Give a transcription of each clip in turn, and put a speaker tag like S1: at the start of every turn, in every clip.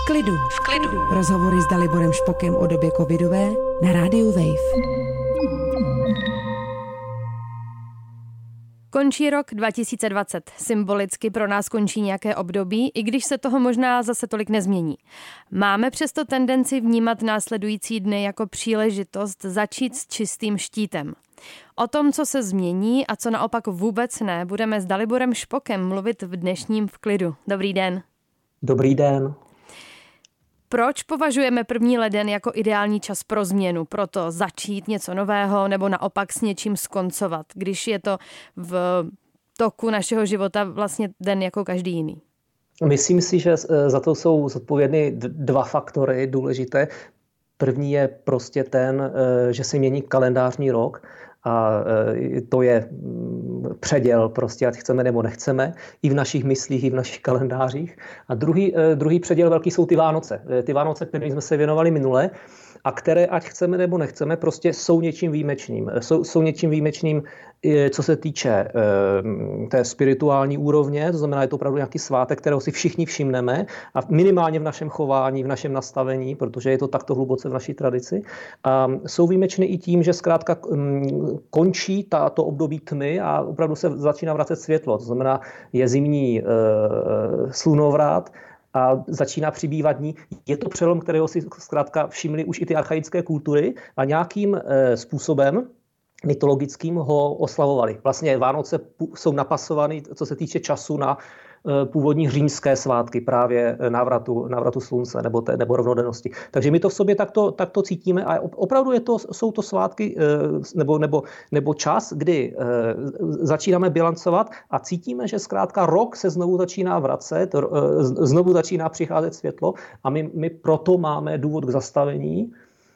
S1: V klidu. Rozhovory s Daliborem Špokem o době covidové na rádiu Wave.
S2: Končí rok 2020. Symbolicky pro nás končí nějaké období, i když se toho možná zase tolik nezmění. Máme přesto tendenci vnímat následující dny jako příležitost začít s čistým štítem. O tom, co se změní a co naopak vůbec ne, budeme s Daliborem Špokem mluvit v dnešním V klidu. Dobrý den.
S3: Dobrý den.
S2: Proč považujeme 1. leden jako ideální čas pro změnu? Proto začít něco nového nebo naopak s něčím skoncovat, když je to v toku našeho života vlastně den jako každý jiný?
S3: Myslím si, že za to jsou zodpovědny 2 faktory důležité. První je prostě ten, že se mění kalendářní rok. A to je předěl prostě, ať chceme nebo nechceme, i v našich myslích, i v našich kalendářích. A druhý předěl velký jsou ty Vánoce. Ty Vánoce, kterým jsme se věnovali minule a které, ať chceme nebo nechceme, prostě jsou něčím výjimečným. Jsou něčím výjimečným, co se týče té spirituální úrovně, to znamená, je to opravdu nějaký svátek, kterého si všichni všimneme a minimálně v našem chování, v našem nastavení, protože je to takto hluboce v naší tradici. A jsou výjimečný i tím, že zkrátka končí to období tmy a opravdu se začíná vracet světlo. To znamená, je zimní slunovrat a začíná přibývat dní. Je to přelom, kterého si zkrátka všimli už i ty archaické kultury a nějakým způsobem mytologickým ho oslavovali. Vlastně Vánoce jsou napasovány, co se týče času, na původní římské svátky, právě návratu slunce nebo rovnodennosti. Takže my to v sobě takto cítíme a opravdu jsou to svátky nebo čas, kdy začínáme bilancovat a cítíme, že zkrátka rok se znovu začíná vracet, znovu začíná přicházet světlo a my proto máme důvod k zastavení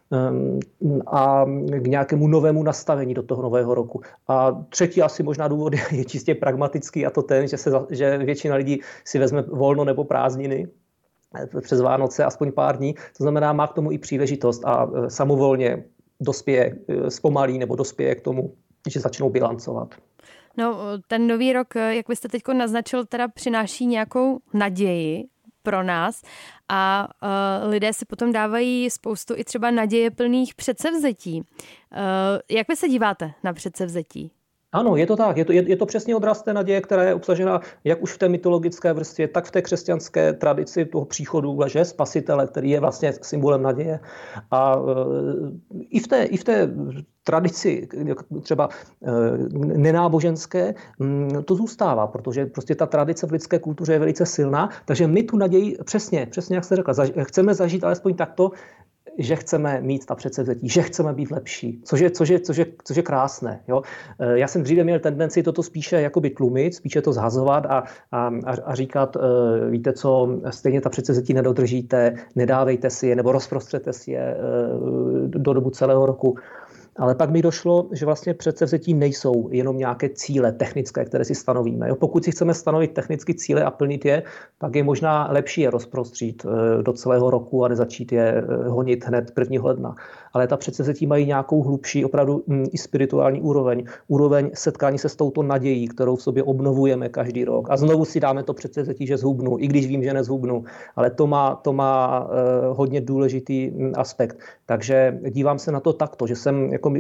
S3: a k nějakému novému nastavení do toho nového roku. A třetí asi možná důvod je čistě pragmatický a to ten, že většina lidí si vezme volno nebo prázdniny přes Vánoce aspoň pár dní. To znamená, má k tomu i příležitost a samovolně zpomalí nebo dospěje k tomu, že začnou bilancovat.
S2: No, ten nový rok, jak byste teď naznačil, teda přináší nějakou naději pro nás a lidé si potom dávají spoustu i třeba nadějeplných předsevzetí. Jak vy se díváte na předsevzetí?
S3: Ano, je to tak. Je to přesně odraz té naděje, která je obsažena jak už v té mytologické vrstvě, tak v té křesťanské tradici toho příchodu Ježíše, spasitele, který je vlastně symbolem naděje. A i v té tradici třeba nenáboženské to zůstává, protože prostě ta tradice v lidské kultuře je velice silná, takže my tu naději přesně jak jste řekla, chceme zažít alespoň takto, že chceme mít ta předsevzetí, že chceme být lepší, což je krásné. Jo? Já jsem dříve měl tendenci toto spíše jakoby tlumit, spíše to zhazovat a říkat, víte co, stejně ta předsevzetí nedodržíte, nedávejte si je nebo rozprostřete si je do dobu celého roku. Ale pak mi došlo, že vlastně předsevzetí nejsou jenom nějaké cíle technické, které si stanovíme. Jo? Pokud si chceme stanovit technické cíle a plnit je, tak je možná lepší je rozprostřít do celého roku a nezačít je honit hned 1. ledna. Ale ta předsevzetí mají nějakou hlubší, opravdu i spirituální úroveň setkání se s touto nadějí, kterou v sobě obnovujeme každý rok. A znovu si dáme to předsevzetí, že zhubnu, i když vím, že nezhubnu. Ale to má hodně důležitý aspekt. Takže dívám se na to takto, že jsem jako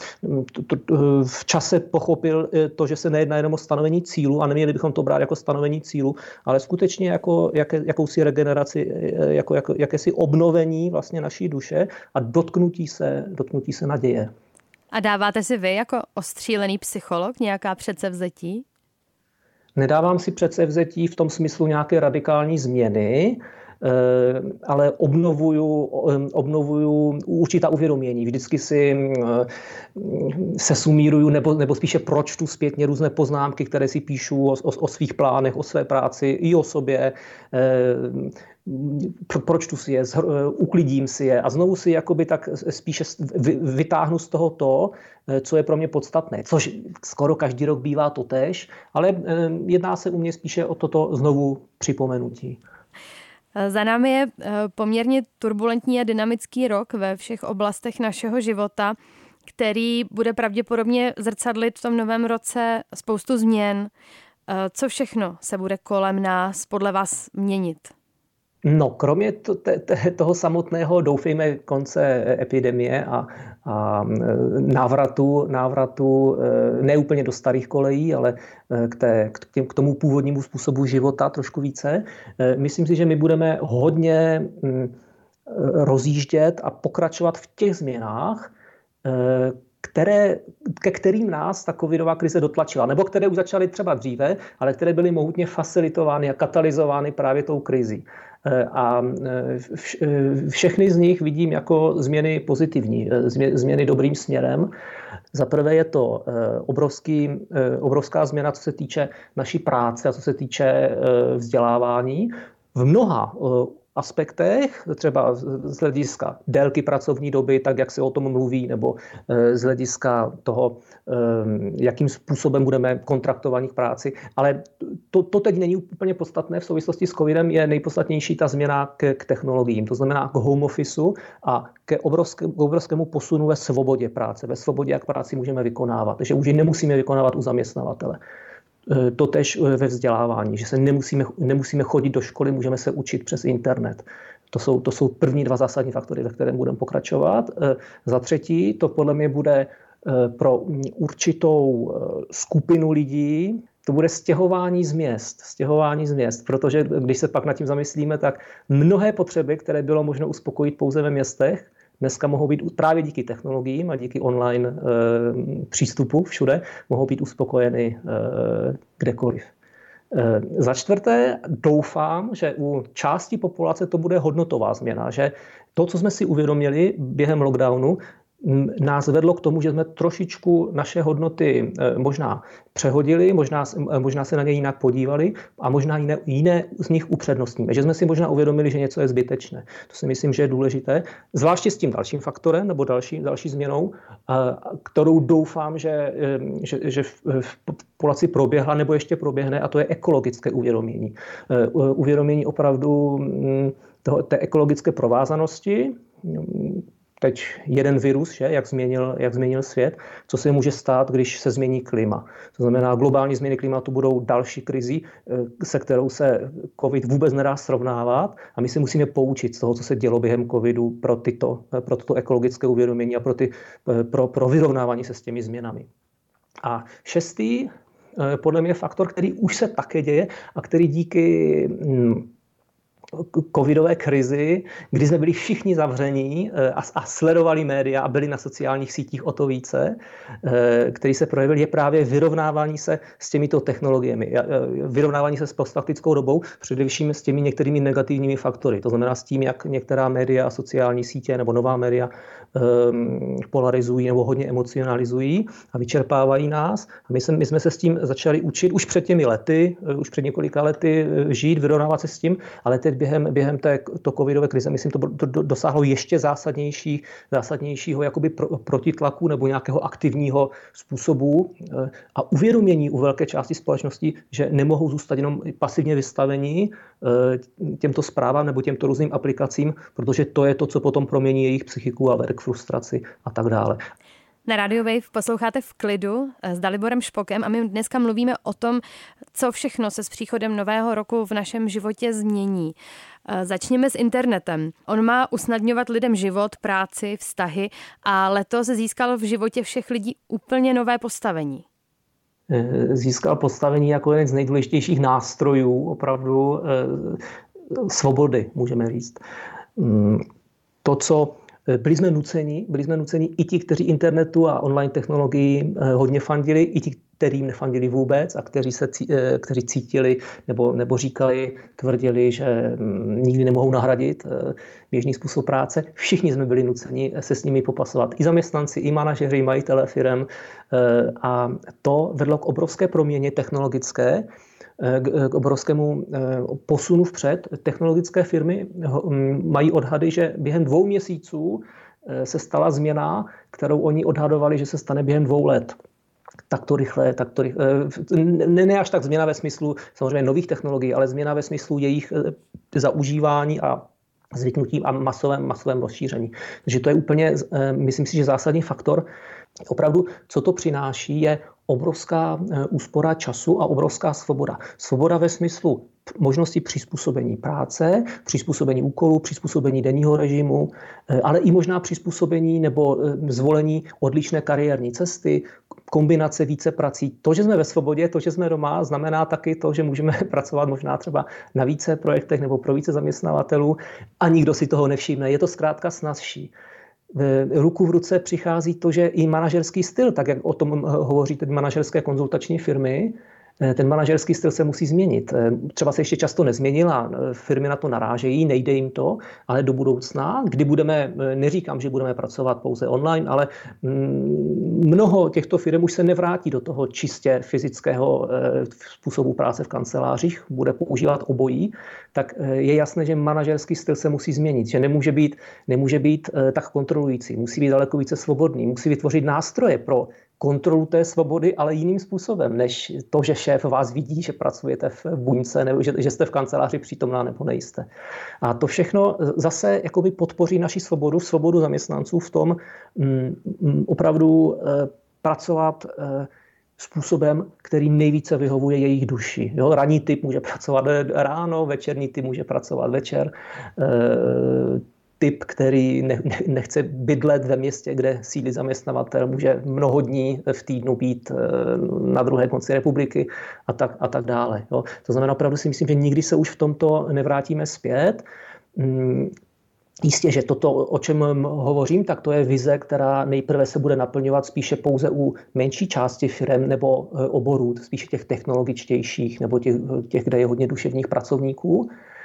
S3: v čase pochopil to, že se nejedná jenom o stanovení cílu a neměli bychom to brát jako stanovení cílu, ale skutečně jako jakousi regeneraci, jakési obnovení vlastně naší duše a dotknutí se naděje.
S2: A dáváte si vy jako ostřílený psycholog nějaká předsevzetí?
S3: Nedávám si předsevzetí v tom smyslu nějaké radikální změny, ale obnovuju určitá uvědomění. Vždycky se sumíruju nebo spíše pročtu zpětně různé poznámky, které si píšu o svých plánech, o své práci i o sobě. Pročtu si je, uklidím si je a znovu si jakoby tak spíše vytáhnu z toho to, co je pro mě podstatné. Což skoro každý rok bývá totéž, ale jedná se u mě spíše o toto znovu připomenutí.
S2: Za námi je poměrně turbulentní a dynamický rok ve všech oblastech našeho života, který bude pravděpodobně zrcadlit v tom novém roce spoustu změn. Co všechno se bude kolem nás podle vás měnit?
S3: No, kromě toho samotného, doufejme, konce epidemie a návratu ne úplně do starých kolejí, ale k tomu původnímu způsobu života trošku více, myslím si, že my budeme hodně rozjíždět a pokračovat v těch změnách, ke kterým nás ta covidová krize dotlačila, nebo které už začaly třeba dříve, ale které byly mohutně facilitovány a katalyzovány právě tou krizí. A všechny z nich vidím jako změny pozitivní, změny dobrým směrem. Za prvé je to obrovská změna, co se týče naší práce a co se týče vzdělávání. V mnoha aspektech, třeba z hlediska délky pracovní doby, tak jak se o tom mluví, nebo z hlediska toho, jakým způsobem budeme kontraktovaní k práci. Ale to teď není úplně podstatné. V souvislosti s covidem je nejpodstatnější ta změna k technologiím, to znamená k home officeu a k obrovskému posunu ve svobodě práce, ve svobodě, jak práci můžeme vykonávat, že už ji nemusíme vykonávat u zaměstnavatele. Totéž ve vzdělávání, že se nemusíme chodit do školy, můžeme se učit přes internet. To jsou první dva zásadní faktory, ve kterém budeme pokračovat. Za třetí, to podle mě bude pro určitou skupinu lidí, to bude stěhování z měst, protože když se pak nad tím zamyslíme, tak mnohé potřeby, které bylo možno uspokojit pouze ve městech, dneska mohou být právě díky technologiím a díky online přístupu všude, mohou být uspokojeny kdekoliv. Za čtvrté, doufám, že u části populace to bude hodnotová změna, že to, co jsme si uvědomili během lockdownu, nás vedlo k tomu, že jsme trošičku naše hodnoty možná přehodili, možná se na ně jinak podívali a možná jiné z nich upřednostníme. Že jsme si možná uvědomili, že něco je zbytečné. To si myslím, že je důležité. Zvláště s tím dalším faktorem nebo další změnou, kterou doufám, že v populaci proběhla nebo ještě proběhne, a to je ekologické uvědomění. Uvědomění opravdu té ekologické provázanosti. Teď jeden virus, že, jak změnil svět, co se může stát, když se změní klima. To znamená, globální změny klimatu budou další krizi, se kterou se covid vůbec nedá srovnávat a my se musíme poučit z toho, co se dělo během covidu pro toto ekologické uvědomění a pro vyrovnávání se s těmi změnami. A šestý, podle mě faktor, který už se také děje a který díky covidové krizi, kdy jsme byli všichni zavření a sledovali média a byli na sociálních sítích o to více, který se projevil, je právě vyrovnávání se s těmito technologiemi. Vyrovnávání se s postfaktickou dobou, především s těmi některými negativními faktory. To znamená s tím, jak některá média a sociální sítě nebo nová média polarizují nebo hodně emocionalizují a vyčerpávají nás. A my jsme se s tím začali učit už před těmi lety, už před několika lety žít, vyrovnávat se s tím, ale teď během této covidové krize, myslím, to dosáhlo ještě zásadnějšího jakoby protitlaku nebo nějakého aktivního způsobu a uvědomění u velké části společnosti, že nemohou zůstat jenom pasivně vystavení těmto zprávám nebo těmto různým aplikacím, protože to je to, co potom promění jejich psychiku a vede k frustraci a tak dále.
S2: Na Radio Wave posloucháte V klidu s Daliborem Špokem a my dneska mluvíme o tom, co všechno se s příchodem nového roku v našem životě změní. Začněme s internetem. On má usnadňovat lidem život, práci, vztahy a letos získal v životě všech lidí úplně nové postavení.
S3: Získal postavení jako jeden z nejdůležitějších nástrojů opravdu svobody, můžeme říct. To, co byli jsme nuceni i ti, kteří internetu a online technologii hodně fandili, i ti, kterým nefandili vůbec a kteří cítili nebo říkali, tvrdili, že nikdy nemohou nahradit běžný způsob práce. Všichni jsme byli nuceni se s nimi popasovat. I zaměstnanci, i manažeři, i majitelé firem. A to vedlo k obrovské proměně technologické, k obrovskému posunu vpřed. Technologické firmy mají odhady, že během 2 měsíců se stala změna, kterou oni odhadovali, že se stane během 2 let. Tak to rychle. Ne až tak změna ve smyslu samozřejmě nových technologií, ale změna ve smyslu jejich zaužívání a zvyknutí a masovém rozšíření. Takže to je úplně, myslím si, že zásadní faktor. Opravdu, co to přináší, je obrovská úspora času a obrovská svoboda. Svoboda ve smyslu možnosti přizpůsobení práce, přizpůsobení úkolů, přizpůsobení denního režimu, ale i možná přizpůsobení nebo zvolení odlišné kariérní cesty, kombinace více prací. To, že jsme ve svobodě, to, že jsme doma, znamená taky to, že můžeme pracovat možná třeba na více projektech nebo pro více zaměstnavatelů a nikdo si toho nevšimne. Je to zkrátka snazší. Ruku v ruce přichází to, že i manažerský styl, tak jak o tom hovoří teď manažerské konzultační firmy, ten manažerský styl se musí změnit. Třeba se ještě často nezměnil a firmy na to narážejí, nejde jim to, ale do budoucna, kdy budeme, neříkám, že budeme pracovat pouze online, ale mnoho těchto firm už se nevrátí do toho čistě fyzického způsobu práce v kancelářích, bude používat obojí, tak je jasné, že manažerský styl se musí změnit, že nemůže být tak kontrolující, musí být daleko více svobodný, musí vytvořit nástroje pro kontrolu té svobody, ale jiným způsobem, než to, že šéf vás vidí, že pracujete v buňce, nebo že jste v kanceláři přítomná nebo nejste. A to všechno zase jakoby podpoří naši svobodu zaměstnanců v tom opravdu pracovat způsobem, který nejvíce vyhovuje jejich duši. Jo? Ranní typ může pracovat ráno, večerní typ může pracovat večer. Typ, který nechce bydlet ve městě, kde sídlí zaměstnavatel, může mnoho dní v týdnu být na druhé konci republiky a tak dále. Jo. To znamená, opravdu si myslím, že nikdy se už v tomto nevrátíme zpět. Jistě, že toto, o čem hovořím, tak to je vize, která nejprve se bude naplňovat spíše pouze u menší části firem nebo oborů, spíše těch technologičtějších nebo těch, kde je hodně duševních pracovníků.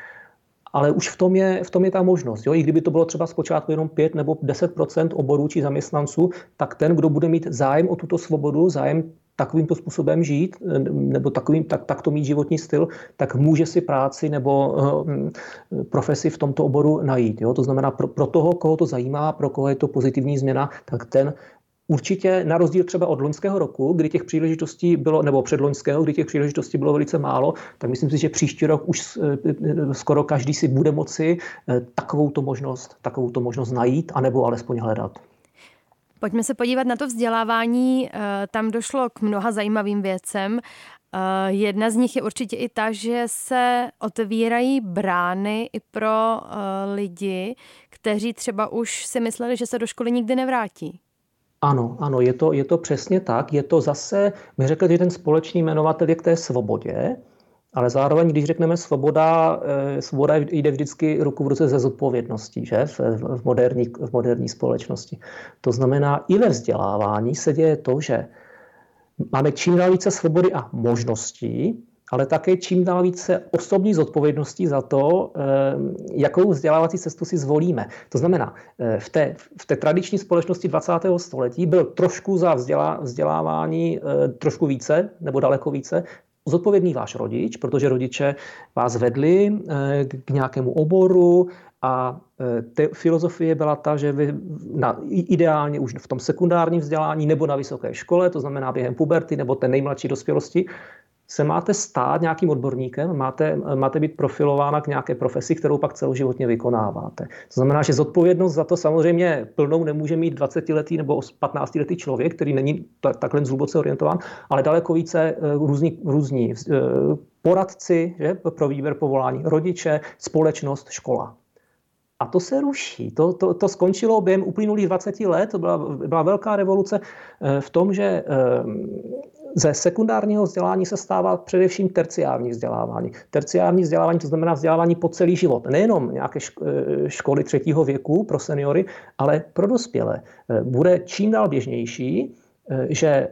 S3: Ale už v tom je ta možnost. Jo? I kdyby to bylo třeba zpočátku jenom 5 nebo 10% oborů či zaměstnanců, tak ten, kdo bude mít zájem o tuto svobodu, zájem takovýmto způsobem žít, nebo takto mít životní styl, tak může si práci nebo profesi v tomto oboru najít. Jo? To znamená, pro toho, koho to zajímá, pro koho je to pozitivní změna, tak ten určitě na rozdíl třeba od loňského roku, kdy těch příležitostí bylo, nebo předloňského, kdy těch příležitostí bylo velice málo, tak myslím si, že příští rok už skoro každý si bude moci takovouto možnost najít, anebo alespoň hledat.
S2: Pojďme se podívat na to vzdělávání. Tam došlo k mnoha zajímavým věcem. Jedna z nich je určitě i ta, že se otevírají brány i pro lidi, kteří třeba už si mysleli, že se do školy nikdy nevrátí.
S3: Ano, je to přesně tak. Je to zase, my řekli, že ten společný jmenovatel je k té svobodě, ale zároveň, když řekneme svoboda jde vždycky ruku v ruce se zodpovědností, že? V moderní společnosti. To znamená, i ve vzdělávání se děje to, že máme čím dál více svobody a možností, ale také čím dál více osobní zodpovědností za to, jakou vzdělávací cestu si zvolíme. To znamená, v té tradiční společnosti 20. století byl trošku za vzdělávání trošku více, nebo daleko více, zodpovědný váš rodič, protože rodiče vás vedli k nějakému oboru a filozofie byla ta, že vy ideálně už v tom sekundárním vzdělání nebo na vysoké škole, to znamená během puberty nebo té nejmladší dospělosti, se máte stát nějakým odborníkem, máte být profilována k nějaké profesi, kterou pak celoživotně vykonáváte. To znamená, že zodpovědnost za to samozřejmě plnou nemůže mít 20letý nebo 15letý člověk, který není takhle hluboce orientován, ale daleko více různí poradci, že, pro výběr povolání, rodiče, společnost, škola. A to se ruší. To skončilo během uplynulých 20 let. To byla velká revoluce v tom, že ze sekundárního vzdělání se stává především terciární vzdělávání. Terciární vzdělávání, to znamená vzdělávání po celý život. Nejenom nějaké školy 3. věku pro seniory, ale pro dospělé. Bude čím dál běžnější, že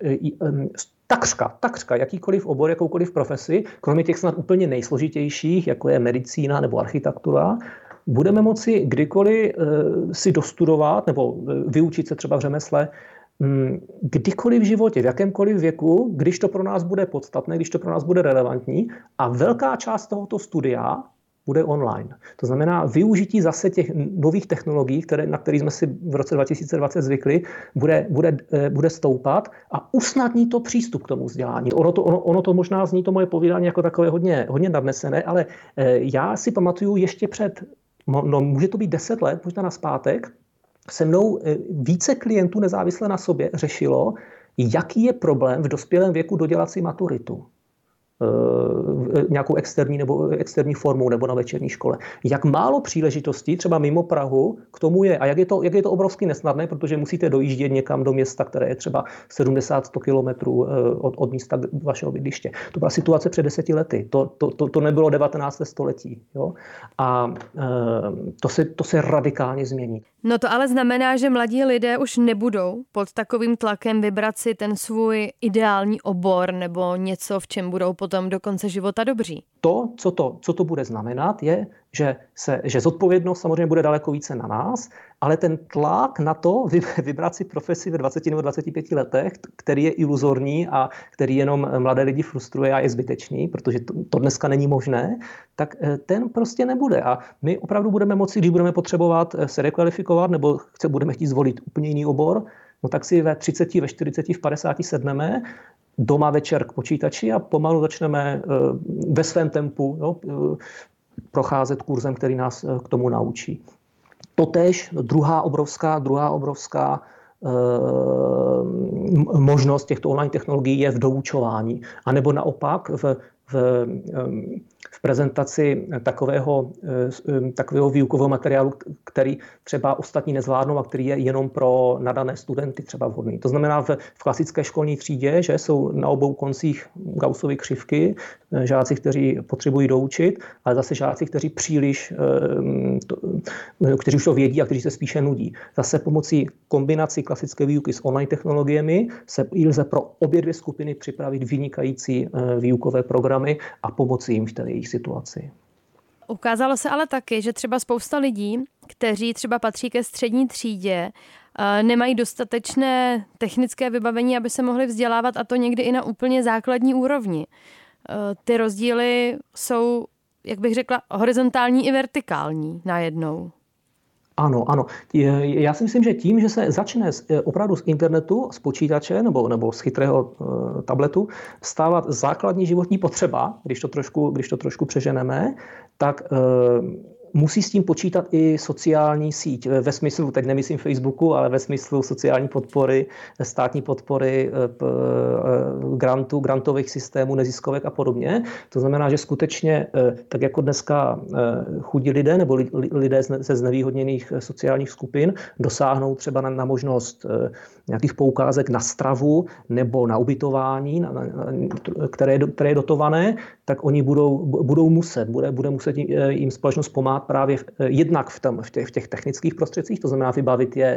S3: takřka jakýkoliv obor, jakoukoliv profesi, kromě těch snad úplně nejsložitějších, jako je medicína nebo architektura, budeme moci kdykoliv si dostudovat nebo vyučit se třeba v řemesle, kdykoliv v životě, v jakémkoliv věku, když to pro nás bude podstatné, když to pro nás bude relevantní a velká část tohoto studia bude online. To znamená využití zase těch nových technologií, na které jsme si v roce 2020 zvykli, bude stoupat a usnadní to přístup k tomu vzdělání. Ono to možná zní to moje povídání jako takové hodně nadnesené, ale já si pamatuju ještě může to být 10 let, možná nazpátek, se mnou více klientů nezávisle na sobě řešilo, jaký je problém v dospělém věku dodělat si maturitu. nějakou externí formou nebo na večerní škole. Jak málo příležitostí třeba mimo Prahu k tomu je a jak je to obrovsky nesnadné, protože musíte dojíždět někam do města, které je třeba 70-100 kilometrů od místa vašeho bydliště. To byla situace před 10 lety. To nebylo 19. století. Jo? A to se radikálně změní.
S2: No to ale znamená, že mladí lidé už nebudou pod takovým tlakem vybrat si ten svůj ideální obor nebo něco, v čem budou potom do konce života dobří.
S3: Co to bude znamenat, je, že zodpovědnost samozřejmě bude daleko více na nás, ale ten tlak na to vybrat si profesi ve 20 nebo 25 letech, který je iluzorní a který jenom mladé lidi frustruje a je zbytečný, protože to dneska není možné, tak ten prostě nebude. A my opravdu budeme moci, když budeme potřebovat se rekvalifikovat nebo budeme chtít zvolit úplně jiný obor, no tak si ve 30, ve 40, v 50 sedneme doma večer k počítači a pomalu začneme ve svém tempu procházet kurzem, který nás k tomu naučí. Totéž druhá obrovská možnost těchto online technologií je v doučování. A nebo naopak v prezentaci takového výukového materiálu, který třeba ostatní nezvládnou a který je jenom pro nadané studenty třeba vhodný. To znamená v klasické školní třídě, že jsou na obou koncích Gaussovy křivky, žáci, kteří potřebují doučit, ale zase žáci, kteří kteří už to vědí a kteří se spíše nudí. Zase pomocí kombinací klasické výuky s online technologiemi se lze pro obě dvě skupiny připravit vynikající výukové programy a pomoci jim v té jejich situaci.
S2: Ukázalo se ale taky, že třeba spousta lidí, kteří třeba patří ke střední třídě, nemají dostatečné technické vybavení, aby se mohli vzdělávat, a to někdy i na úplně základní úrovni. Ty rozdíly jsou, jak bych řekla, horizontální i vertikální najednou.
S3: Ano. Já si myslím, že tím, že se začne opravdu z internetu, z počítače nebo z chytrého tabletu stávat základní životní potřeba, když to trošku přeženeme, tak musí s tím počítat i sociální síť. Ve smyslu, teď nemyslím Facebooku, ale ve smyslu sociální podpory, státní podpory, grantových systémů, neziskovek a podobně. To znamená, že skutečně, tak jako dneska chudí lidé nebo lidé ze znevýhodněných sociálních skupin dosáhnou třeba na možnost nějakých poukázek na stravu nebo na ubytování, které je dotované, tak oni budou muset jim společnost pomáhat právě jednak v těch technických prostředcích, to znamená vybavit je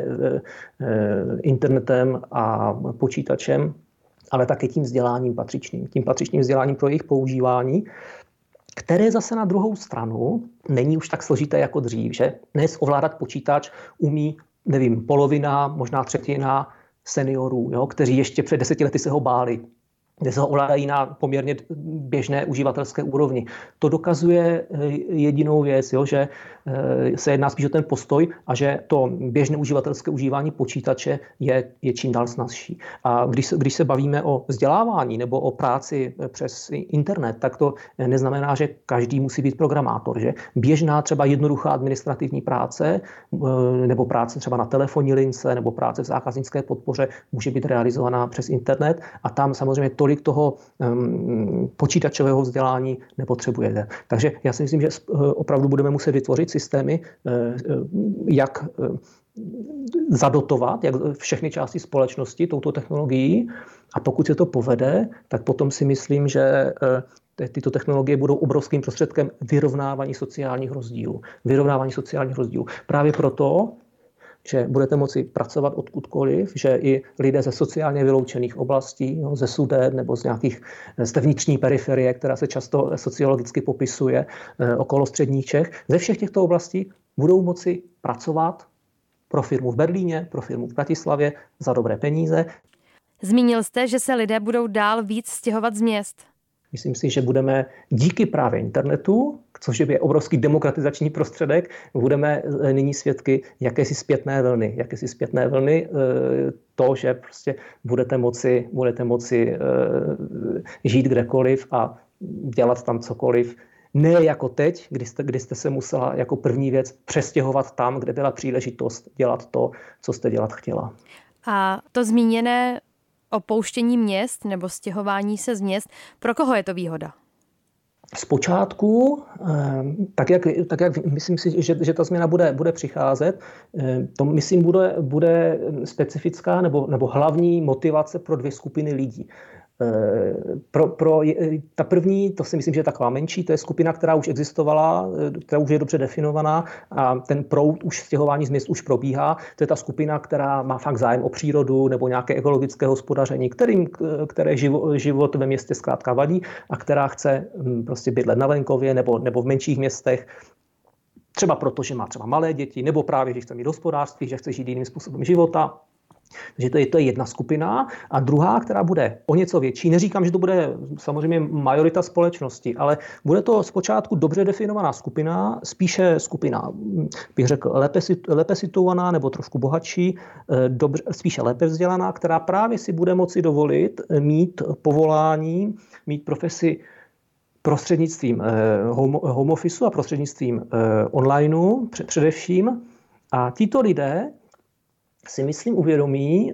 S3: internetem a počítačem, ale také tím vzděláním patřičným vzděláním pro jejich používání, které zase na druhou stranu není už tak složité jako dřív, že dnes ovládat počítač umí, polovina, možná třetina seniorů, kteří ještě před 10 lety se ho báli. Kde se ho ovládají na poměrně běžné uživatelské úrovni. To dokazuje jedinou věc, že se jedná spíš o ten postoj a že to běžné uživatelské užívání počítače je čím dál snazší. A když se bavíme o vzdělávání nebo o práci přes internet, tak to neznamená, že každý musí být programátor. Že běžná třeba jednoduchá administrativní práce nebo práce třeba na telefonní lince nebo práce v zákaznické podpoře může být realizovaná přes internet a tam samozřejmě tolik toho počítačového vzdělání nepotřebujete. Takže já si myslím, že opravdu budeme muset vytvořit systémy, jak zadotovat jak všechny části společnosti touto technologií, a pokud se to povede, tak potom si myslím, že tyto technologie budou obrovským prostředkem vyrovnávání sociálních rozdílů. Právě proto, že budete moci pracovat odkudkoliv, že i lidé ze sociálně vyloučených oblastí, ze Sudet nebo z nějakých vnitřní periferie, která se často sociologicky popisuje okolo středních Čech, ze všech těchto oblastí budou moci pracovat pro firmu v Berlíně, pro firmu v Bratislavě za dobré peníze.
S2: Zmínil jste, že se lidé budou dál víc stěhovat z měst.
S3: Myslím si, že budeme díky právě internetu, což je obrovský demokratizační prostředek, budeme nyní svědky jakési zpětné vlny, to, že prostě budete moci žít kdekoliv a dělat tam cokoliv. Ne jako teď, kdy jste se musela jako první věc přestěhovat tam, kde byla příležitost dělat to, co jste dělat chtěla.
S2: A to zmíněné opouštění měst nebo stěhování se z měst. Pro koho je to výhoda?
S3: Zpočátku, tak jak myslím si, že ta změna bude přicházet, to myslím bude specifická nebo hlavní motivace pro 2 skupiny lidí. Ta první, to si myslím, že je taková menší, to je skupina, která už existovala, která už je dobře definovaná a ten proud už stěhování z měst už probíhá. To je ta skupina, která má fakt zájem o přírodu nebo nějaké ekologické hospodaření, které život ve městě zkrátka vadí a která chce prostě bydlet na venkově nebo v menších městech. Třeba proto, že má třeba malé děti, nebo právě, že chce mít hospodářství, že chce žít jiným způsobem života. Takže to je jedna skupina. A druhá, která bude o něco větší, neříkám, že to bude samozřejmě majorita společnosti, ale bude to zpočátku dobře definovaná skupina, spíše skupina, bych řekl, lépe situovaná nebo trošku bohatší, spíše lépe vzdělaná, která právě si bude moci dovolit mít povolání, mít profesi prostřednictvím home officeu a prostřednictvím onlineu především. A tito lidé si myslím uvědomí,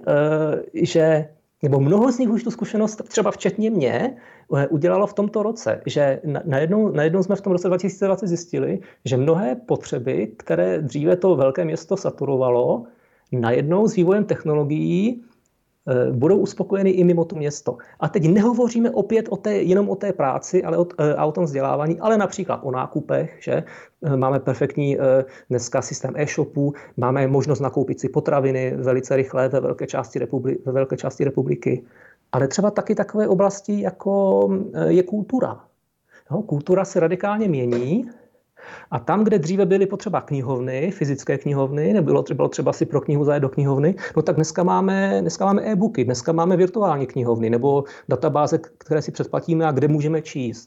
S3: že nebo mnoho z nich už tu zkušenost, třeba včetně mě, udělalo v tomto roce, že najednou jsme v tom roce 2020 zjistili, že mnohé potřeby, které dříve to velké město saturovalo, najednou s vývojem technologií budou uspokojeny i mimo to město. A teď nehovoříme opět jenom o té práci, ale o tom vzdělávání, ale například o nákupech, že máme perfektní dneska systém e-shopů, máme možnost nakoupit si potraviny velice rychle ve velké části republiky. Ale třeba taky takové oblasti, jako je kultura. No, kultura se radikálně mění. A tam, kde dříve byly potřeba knihovny, fyzické knihovny, nebylo třeba si pro knihu zajet do knihovny, no tak dneska máme e-booky, dneska máme virtuální knihovny nebo databáze, které si předplatíme a kde můžeme číst.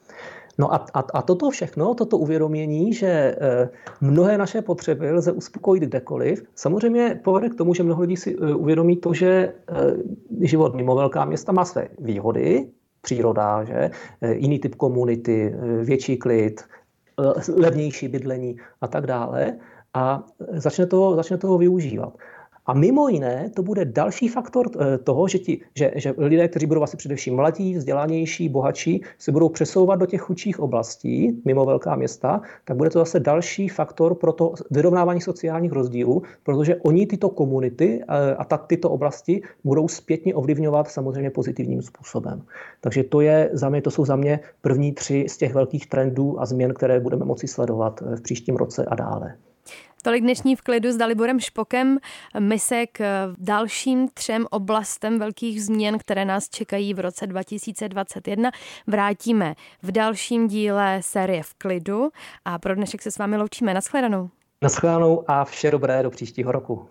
S3: No a toto všechno, toto uvědomění, že mnohé naše potřeby lze uspokojit kdekoliv, samozřejmě povede k tomu, že mnoho lidí si uvědomí to, že život mimo velká města má své výhody, příroda, že? Jiný typ komunity, větší klid, levnější bydlení a tak dále a začne toho využívat. A mimo jiné to bude další faktor toho, že lidé, kteří budou asi především mladí, vzdělanější, bohatší, se budou přesouvat do těch chudších oblastí mimo velká města, tak bude to zase další faktor pro to vyrovnávání sociálních rozdílů, protože oni tyto komunity a tyto oblasti budou zpětně ovlivňovat samozřejmě pozitivním způsobem. Takže to jsou za mě první 3 z těch velkých trendů a změn, které budeme moci sledovat v příštím roce a dále.
S2: Tolik dnešní V klidu s Daliborem Špokem. My se k dalším 3 oblastem velkých změn, které nás čekají v roce 2021, vrátíme v dalším díle série V klidu a pro dnešek se s vámi loučíme. Naschledanou.
S3: Naschledanou a vše dobré do příštího roku.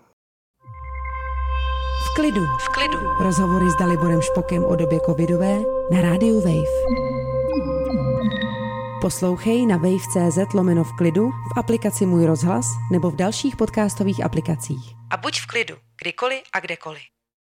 S1: V klidu. Rozhovory s Daliborem Špokem o době covidové na rádiu Wave. Poslouchej na wave.cz/v klidu, v aplikaci Můj rozhlas nebo v dalších podcastových aplikacích. A buď v klidu, kdykoliv a kdekoliv.